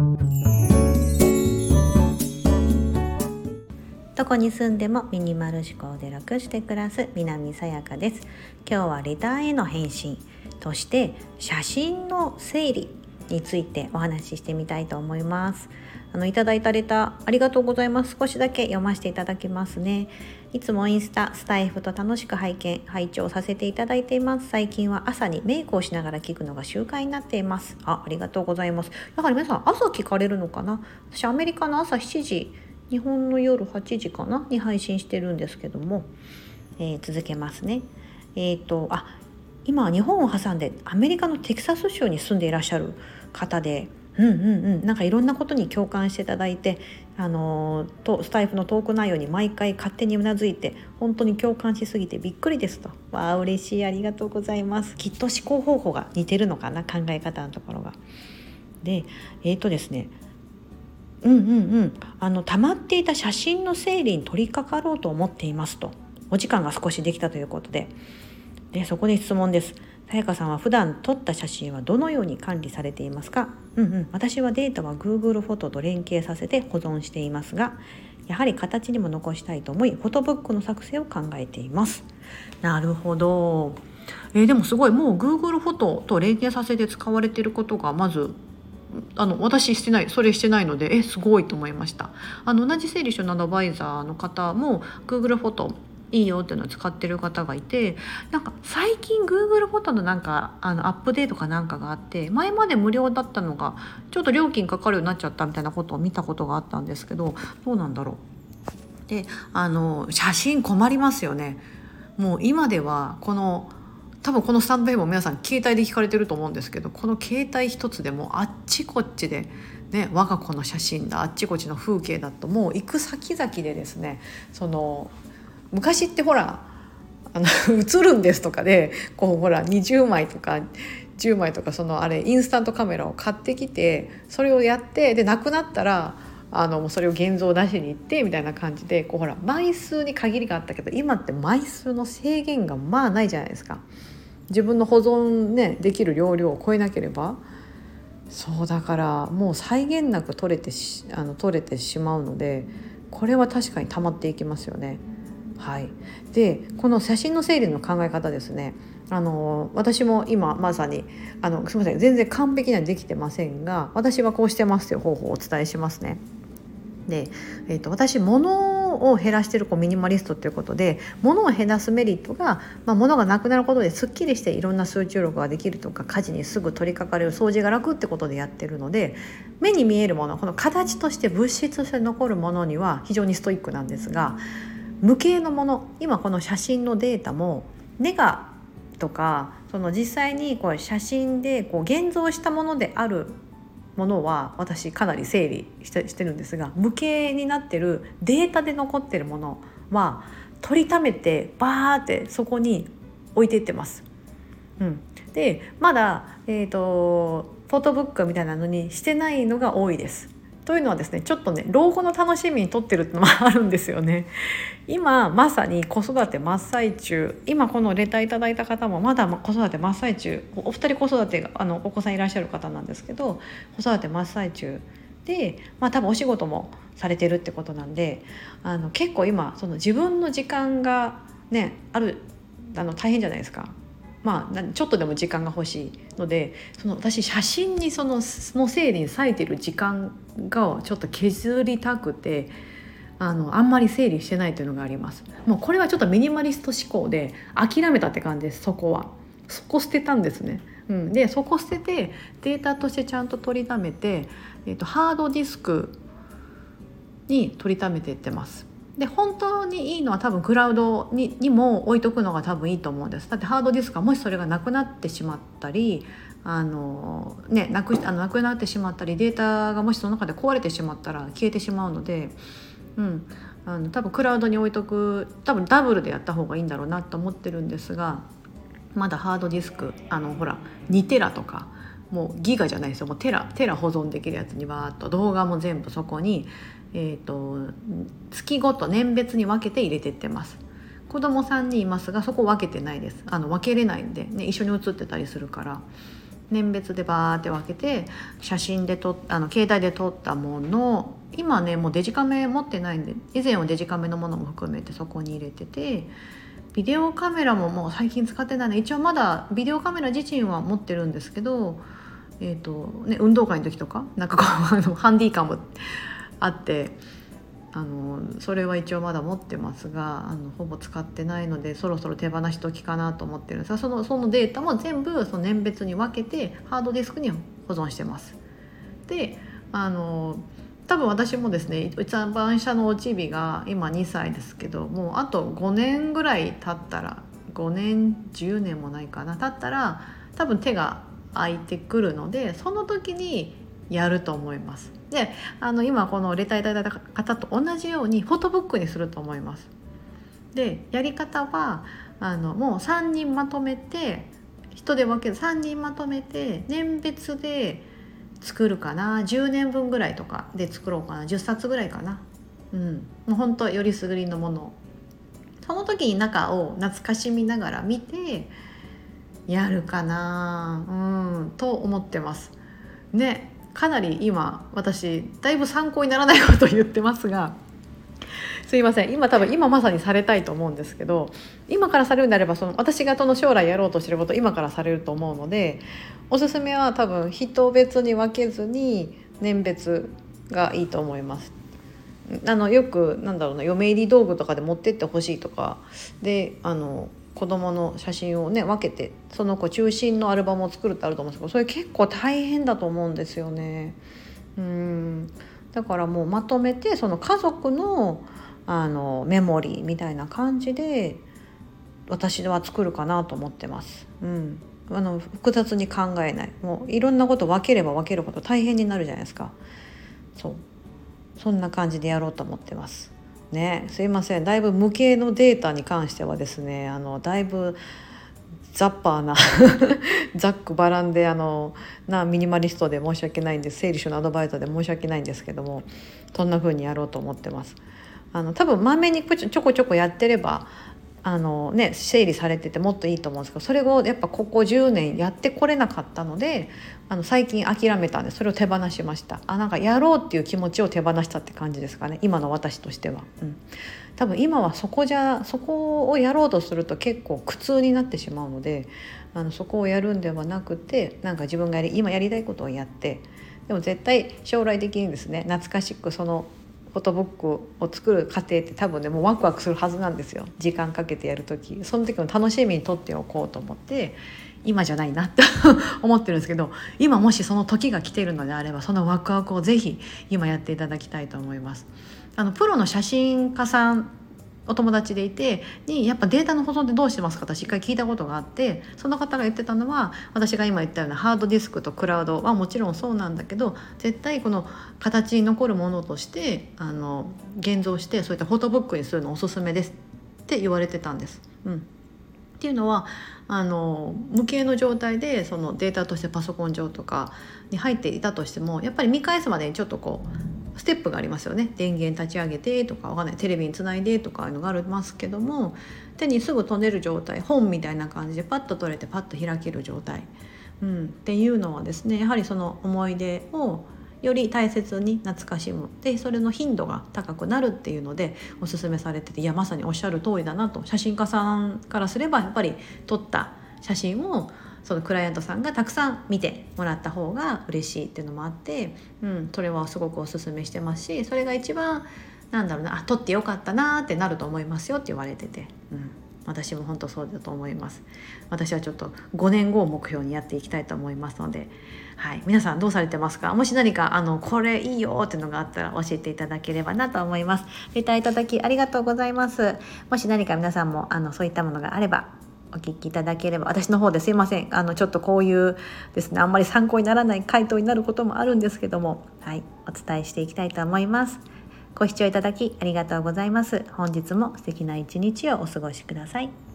どこに住んでもミニマル思考で楽して暮らす南さやかです。今日はレターへの返信として写真の整理についてお話ししてみたいと思います。いただいたレターありがとうございます。少しだけ読ませていただきますね。いつもインスタ、スタイフと楽しく拝聴させていただいています。最近は朝にメイクをしながら聞くのが習慣になっています。ありがとうございます。やはり皆さん朝聞かれるのかな。私アメリカの朝7時、日本の夜8時かなに配信してるんですけども、続けますね。今日本を挟んでアメリカのテキサス州に住んでいらっしゃる方で、なんかいろんなことに共感していただいて、スタイフのトーク内容に毎回勝手にうなずいて、本当に共感しすぎてびっくりですと。嬉しい、ありがとうございます。きっと思考方法が似てるのかな、考え方のところが。でですね溜まっていた写真の整理に取り掛かろうと思っていますと。お時間が少しできたということで、そこで質問です。さやかさんは普段撮った写真はどのように管理されていますか？私はデータは Google フォトと連携させて保存していますが、やはり形にも残したいと思いフォトブックの作成を考えています。なるほど。でもすごい、もう Google フォトと連携させて使われていることがまず私してないので、すごいと思いました。同じ整理収納アドバイザーの方も Google フォトいいよっていうのを使ってる方がいて、なんか最近 Google フォトのアップデートかなんかがあって、前まで無料だったのがちょっと料金かかるようになっちゃったみたいなことを見たことがあったんですけど、どうなんだろう。で写真困りますよね。もう今では多分このスタンド FM も皆さん携帯で聞かれてると思うんですけど、この携帯一つでもあっちこっちでね、我が子の写真だ、あっちこっちの風景だと、もう行く先々でですね、昔ってほら映るんですとかでほら20枚とか10枚とかインスタントカメラを買ってきて、それをやって、でなくなったらもうそれを現像を出しに行ってみたいな感じで、ほら枚数に限りがあったけど、今って枚数の制限がないじゃないですか。自分の保存できる容量を超えなければ。そうだからもう際限なく撮れてしまうので、これは確かに溜まっていきますよね。でこの写真の整理の考え方ですね。私も今まさにすいません、全然完璧にはできてませんが、私はこうしてますという方法をお伝えしますね。で、私物を減らしているミニマリストということで、物を減らすメリットが、物がなくなることですっきりしていろんな集中力ができるとか、家事にすぐ取り掛かれる、掃除が楽ってことでやってるので、目に見えるもの、この形として物質として残るものには非常にストイックなんですが、無形のもの、今この写真のデータもネガとか実際に写真で現像したものであるものは私かなり整理してるんですが、無形になってるデータで残ってるものは取りためてバーってそこに置いていってます。でまだ、フォトブックみたいなのにしてないのが多いです。というのはですね、ちょっと老後の楽しみに撮ってるってのもあるんですよね。今まさに子育て真っ最中、今このレターいただいた方もまだ子育て真っ最中、お二人子育てがお子さんいらっしゃる方なんですけど、子育て真っ最中で、多分お仕事もされてるってことなんで、結構今自分の時間がある大変じゃないですか。ちょっとでも時間が欲しいので、私写真にその整理に割いてる時間がちょっと削りたくて、あんまり整理してないというのがあります。もうこれはちょっとミニマリスト思考で諦めたって感じです。そこ捨てたんですね。でそこ捨ててデータとしてちゃんと取りためて、ハードディスクに取りためていってます。で本当にいいのは多分クラウド にも置いとくのが多分いいと思うんです。だってハードディスクがもしそれがなくなってしまったりなくなってしまったり、データがもしその中で壊れてしまったら消えてしまうので、多分クラウドに置いとく、多分ダブルでやった方がいいんだろうなと思ってるんですが、まだハードディスクほら2テラとかもうギガじゃないですよ、もうテラ保存できるやつにバーッと動画も全部そこに、月ごと年別に分けて入れてってます。子供3人いますがそこ分けてないです。分けれないんで、一緒に写ってたりするから。 年別でバーって分けて写真で携帯で撮ったもの、今ねもうデジカメ持ってないんで、以前はデジカメのものも含めてそこに入れてて、ビデオカメラももう最近使ってないので、一応まだビデオカメラ自身は持ってるんですけど、運動会の時とかなんかこうハンディカムあってそれは一応まだ持ってますがほぼ使ってないので、そろそろ手放し時かなと思ってるんですが、そのデータも全部その年別に分けてハードディスクに保存してます。で多分私もですね、一番下のおちびが今2歳ですけど、もうあと5年ぐらい経ったら、5年10年もないかな経ったら多分手が空いてくるので、その時にやると思います。で今このレターいただいた方と同じようにフォトブックにすると思います。でやり方はもう3人まとめて、人で分ける3人まとめて年別で作るかな、10年分ぐらいとかで作ろうかな、10冊ぐらいかな、もう本当よりすぐりのもの、その時に中を懐かしみながら見てやるかな、と思ってますね。かなり今私だいぶ参考にならないことを言ってますが、すいません。今まさにされたいと思うんですけど、今からされるんであれば私が将来やろうとしてることを今からされると思うので、おすすめは多分人別に分けずに年別がいいと思います。よく嫁入り道具とかで持ってってほしいとかで子供の写真をね分けてその子中心のアルバムを作るってあると思うんですけど、それ結構大変だと思うんですよね。だからもうまとめてその家族のメモリーみたいな感じで私は作るかなと思ってます。複雑に考えない、もういろんなこと分ければ分けるほど大変になるじゃないですか。そんな感じでやろうと思ってますね。すいません、だいぶ無形のデータに関してはですねだいぶザッパーなざっくばらんでミニマリストで申し訳ないんです、整理収納アドバイザーで申し訳ないんですけども、そんな風にやろうと思ってます。多分まめにちょこちょこやってれば整理されててもっといいと思うんですけど、それをやっぱここ10年やってこれなかったので最近諦めたんで、それを手放しました。なんかやろうっていう気持ちを手放したって感じですかね、今の私としては。多分今はそこをやろうとすると結構苦痛になってしまうので、そこをやるんではなくて、なんか自分が今やりたいことをやって、でも絶対将来的にですね懐かしくそのフォトブックを作る過程って多分ねもうワクワクするはずなんですよ。時間かけてやる時、その時の楽しみにとっておこうと思って今じゃないなって思ってるんですけど、今もしその時が来ているのであればそのワクワクをぜひ今やっていただきたいと思います。プロの写真家さんお友達でいてにやっぱデータの保存ってどうしてますかと一回聞いたことがあって、その方が言ってたのは私が今言ったようなハードディスクとクラウドはもちろんそうなんだけど、絶対この形に残るものとして現像してそういったフォトブックにするのおすすめですって言われてたんです。っていうのは無形の状態でそのデータとしてパソコン上とかに入っていたとしても、やっぱり見返すまでにちょっとこうステップがありますよね。電源立ち上げてとかわかんない、テレビにつないでとかいうのがありますけども、手にすぐ取れる状態、本みたいな感じでパッと取れてパッと開ける状態、っていうのはですね、やはりその思い出をより大切に懐かしむ、でそれの頻度が高くなるっていうのでおすすめされてて、いやまさにおっしゃる通りだなと。写真家さんからすればやっぱり撮った写真をそのクライアントさんがたくさん見てもらった方が嬉しいっていうのもあって、それはすごくおすすめしてますし、それが一番撮ってよかったなってなると思いますよって言われてて、私も本当そうだと思います。私はちょっと5年後を目標にやっていきたいと思いますので、皆さんどうされてますか？もし何かこれいいよっていうのがあったら教えていただければなと思います。レターいただきありがとうございます。もし何か皆さんもそういったものがあればお聞きいただければ、私の方ですいませんちょっとこういうですねあんまり参考にならない回答になることもあるんですけども、お伝えしていきたいと思います。ご視聴いただきありがとうございます。本日も素敵な一日をお過ごしください。